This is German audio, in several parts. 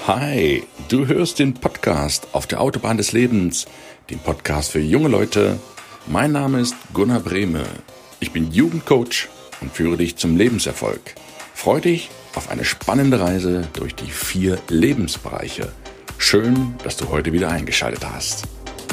Hi, du hörst den Podcast auf der Autobahn des Lebens, den Podcast für junge Leute. Mein Name ist Gunnar Brehme. Ich bin Jugendcoach und führe dich zum Lebenserfolg. Freu dich auf eine spannende Reise durch die 4 Lebensbereiche. Schön, dass du heute wieder eingeschaltet hast.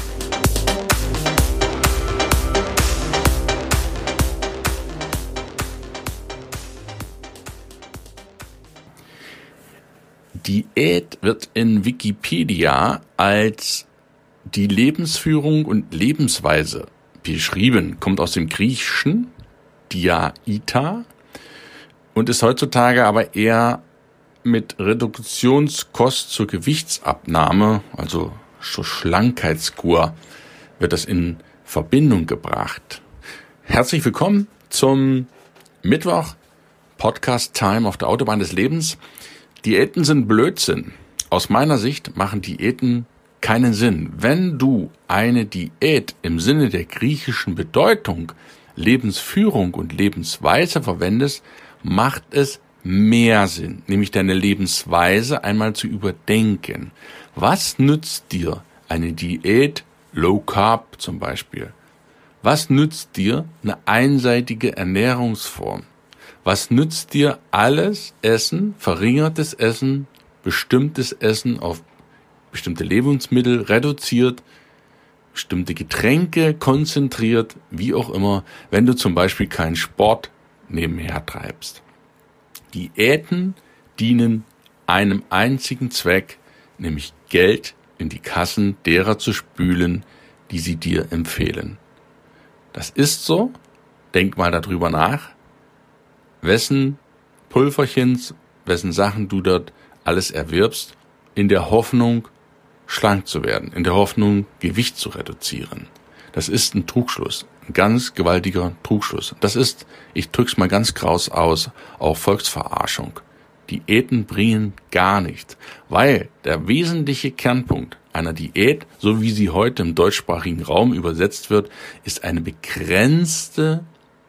Diät wird in Wikipedia als die Lebensführung und Lebensweise beschrieben, kommt aus dem Griechischen, Diaita, und ist heutzutage aber eher mit Reduktionskost zur Gewichtsabnahme, also zur Schlankheitskur, wird das in Verbindung gebracht. Herzlich willkommen zum Mittwoch, Podcast Time auf der Autobahn des Lebens. Diäten sind Blödsinn. Aus meiner Sicht machen Diäten keinen Sinn. Wenn du eine Diät im Sinne der griechischen Bedeutung, Lebensführung und Lebensweise verwendest, macht es mehr Sinn, nämlich deine Lebensweise einmal zu überdenken. Was nützt dir eine Diät, Low Carb zum Beispiel? Was nützt dir eine einseitige Ernährungsform? Was nützt dir alles Essen, verringertes Essen, bestimmtes Essen auf bestimmte Lebensmittel reduziert, bestimmte Getränke konzentriert, wie auch immer, wenn du zum Beispiel keinen Sport nebenher treibst? Diäten dienen einem einzigen Zweck, nämlich Geld in die Kassen derer zu spülen, die sie dir empfehlen. Das ist so. Denk mal darüber nach. Wessen Pulverchens, wessen Sachen du dort alles erwirbst, in der Hoffnung, schlank zu werden, in der Hoffnung, Gewicht zu reduzieren. Das ist ein Trugschluss, ein ganz gewaltiger Trugschluss. Das ist, ich drück's mal ganz kraus aus, auch Volksverarschung. Diäten bringen gar nichts, weil der wesentliche Kernpunkt einer Diät, so wie sie heute im deutschsprachigen Raum übersetzt wird, ist eine begrenzte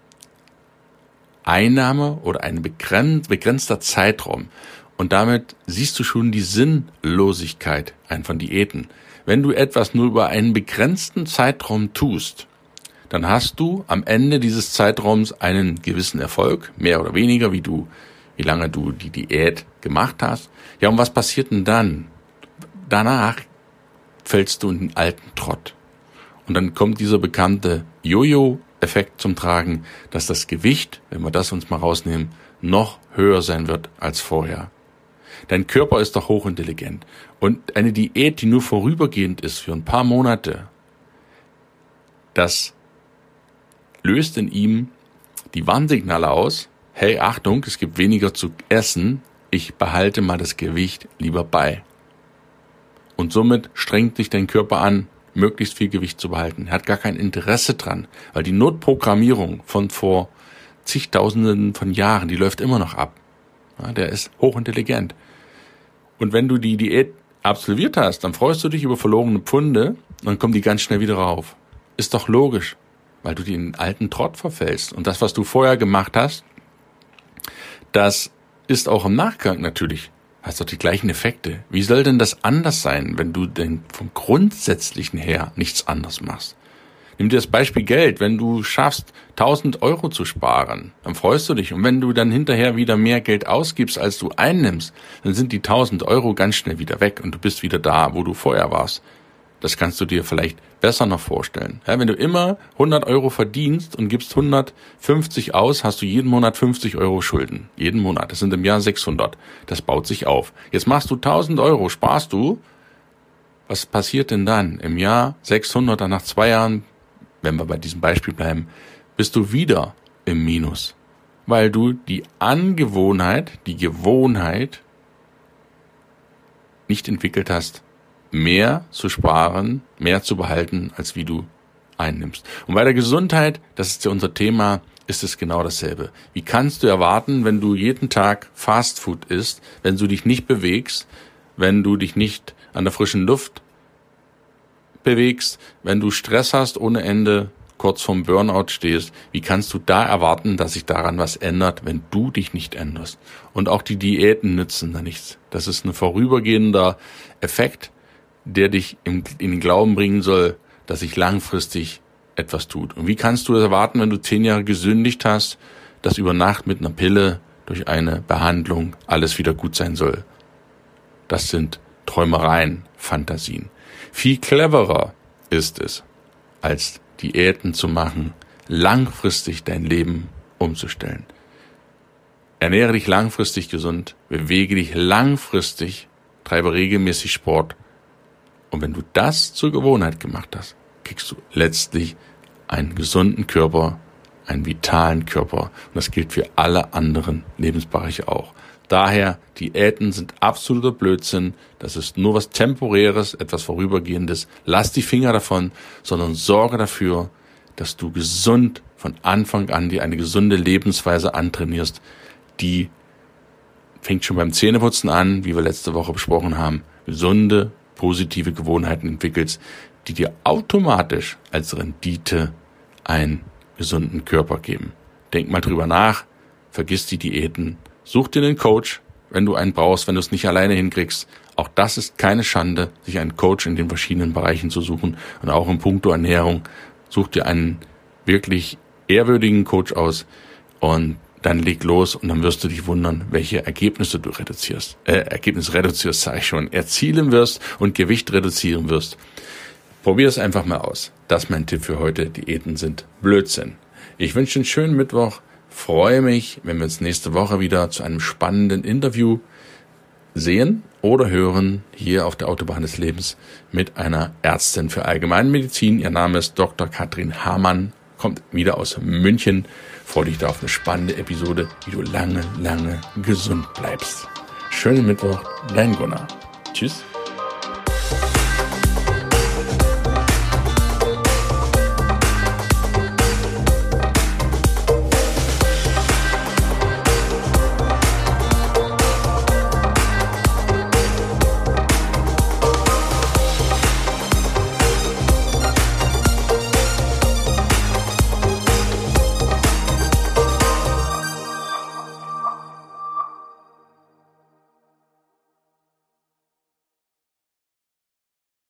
Einnahme oder ein begrenzter Zeitraum. Und damit siehst du schon die Sinnlosigkeit von Diäten. Wenn du etwas nur über einen begrenzten Zeitraum tust, dann hast du am Ende dieses Zeitraums einen gewissen Erfolg, mehr oder weniger, wie lange du die Diät gemacht hast. Ja, und was passiert denn dann? Danach fällst du in den alten Trott. Und dann kommt dieser bekannte Jojo-Effekt zum Tragen, dass das Gewicht, wenn wir das uns mal rausnehmen, noch höher sein wird als vorher. Dein Körper ist doch hochintelligent. Und eine Diät, die nur vorübergehend ist für ein paar Monate, das löst in ihm die Warnsignale aus. Hey, Achtung, es gibt weniger zu essen. Ich behalte mal das Gewicht lieber bei. Und somit strengt sich dein Körper an, möglichst viel Gewicht zu behalten. Er hat gar kein Interesse dran, weil die Notprogrammierung von vor zigtausenden von Jahren, die läuft immer noch ab. Ja, der ist hochintelligent. Und wenn du die Diät absolviert hast, dann freust du dich über verlorene Pfunde und dann kommen die ganz schnell wieder rauf. Ist doch logisch, weil du den alten Trott verfällst. Und das, was du vorher gemacht hast, das ist auch im Nachgang natürlich, hast doch die gleichen Effekte. Wie soll denn das anders sein, wenn du denn vom Grundsätzlichen her nichts anderes machst? Nimm dir das Beispiel Geld. Wenn du schaffst, 1.000 Euro zu sparen, dann freust du dich. Und wenn du dann hinterher wieder mehr Geld ausgibst, als du einnimmst, dann sind die 1.000 Euro ganz schnell wieder weg und du bist wieder da, wo du vorher warst. Das kannst du dir vielleicht besser noch vorstellen. Ja, wenn du immer 100 Euro verdienst und gibst 150 aus, hast du jeden Monat 50 Euro Schulden. Jeden Monat. Das sind im Jahr 600. Das baut sich auf. Jetzt machst du 1.000 Euro, sparst du. Was passiert denn dann? Im Jahr 600, dann nach 2 Jahren, wenn wir bei diesem Beispiel bleiben, bist du wieder im Minus. Weil du die Gewohnheit nicht entwickelt hast, mehr zu sparen, mehr zu behalten, als wie du einnimmst. Und bei der Gesundheit, das ist ja unser Thema, ist es genau dasselbe. Wie kannst du erwarten, wenn du jeden Tag Fastfood isst, wenn du dich nicht bewegst, wenn du dich nicht an der frischen Luft bewegst, wenn du Stress hast ohne Ende kurz vorm Burnout stehst, wie kannst du da erwarten, dass sich daran was ändert, wenn du dich nicht änderst? Und auch die Diäten nützen da nichts. Das ist ein vorübergehender Effekt, der dich in den Glauben bringen soll, dass sich langfristig etwas tut. Und wie kannst du das erwarten, wenn du 10 Jahre gesündigt hast, dass über Nacht mit einer Pille durch eine Behandlung alles wieder gut sein soll? Das sind Träumereien, Fantasien. Viel cleverer ist es, als Diäten zu machen, langfristig dein Leben umzustellen. Ernähre dich langfristig gesund, bewege dich langfristig, treibe regelmäßig Sport. Und wenn du das zur Gewohnheit gemacht hast, kriegst du letztlich einen gesunden Körper, einen vitalen Körper. Und das gilt für alle anderen Lebensbereiche auch. Daher, Diäten sind absoluter Blödsinn. Das ist nur was Temporäres, etwas Vorübergehendes. Lass die Finger davon, sondern sorge dafür, dass du gesund von Anfang an dir eine gesunde Lebensweise antrainierst. Die fängt schon beim Zähneputzen an, wie wir letzte Woche besprochen haben. Gesunde, positive Gewohnheiten entwickelst, die dir automatisch als Rendite einen gesunden Körper geben. Denk mal drüber nach, vergiss die Diäten, such dir einen Coach, wenn du einen brauchst, wenn du es nicht alleine hinkriegst. Auch das ist keine Schande, sich einen Coach in den verschiedenen Bereichen zu suchen und auch in puncto Ernährung. Such dir einen wirklich ehrwürdigen Coach aus und dann leg los und dann wirst du dich wundern, welche Ergebnisse du erzielen wirst und Gewicht reduzieren wirst. Probier es einfach mal aus. Das ist mein Tipp für heute. Diäten sind Blödsinn. Ich wünsche einen schönen Mittwoch. Freue mich, wenn wir uns nächste Woche wieder zu einem spannenden Interview sehen oder hören hier auf der Autobahn des Lebens mit einer Ärztin für Allgemeinmedizin. Ihr Name ist Dr. Katrin Hamann, kommt wieder aus München. Freue dich da auf eine spannende Episode, wie du lange, lange gesund bleibst. Schönen Mittwoch, dein Gunnar. Tschüss.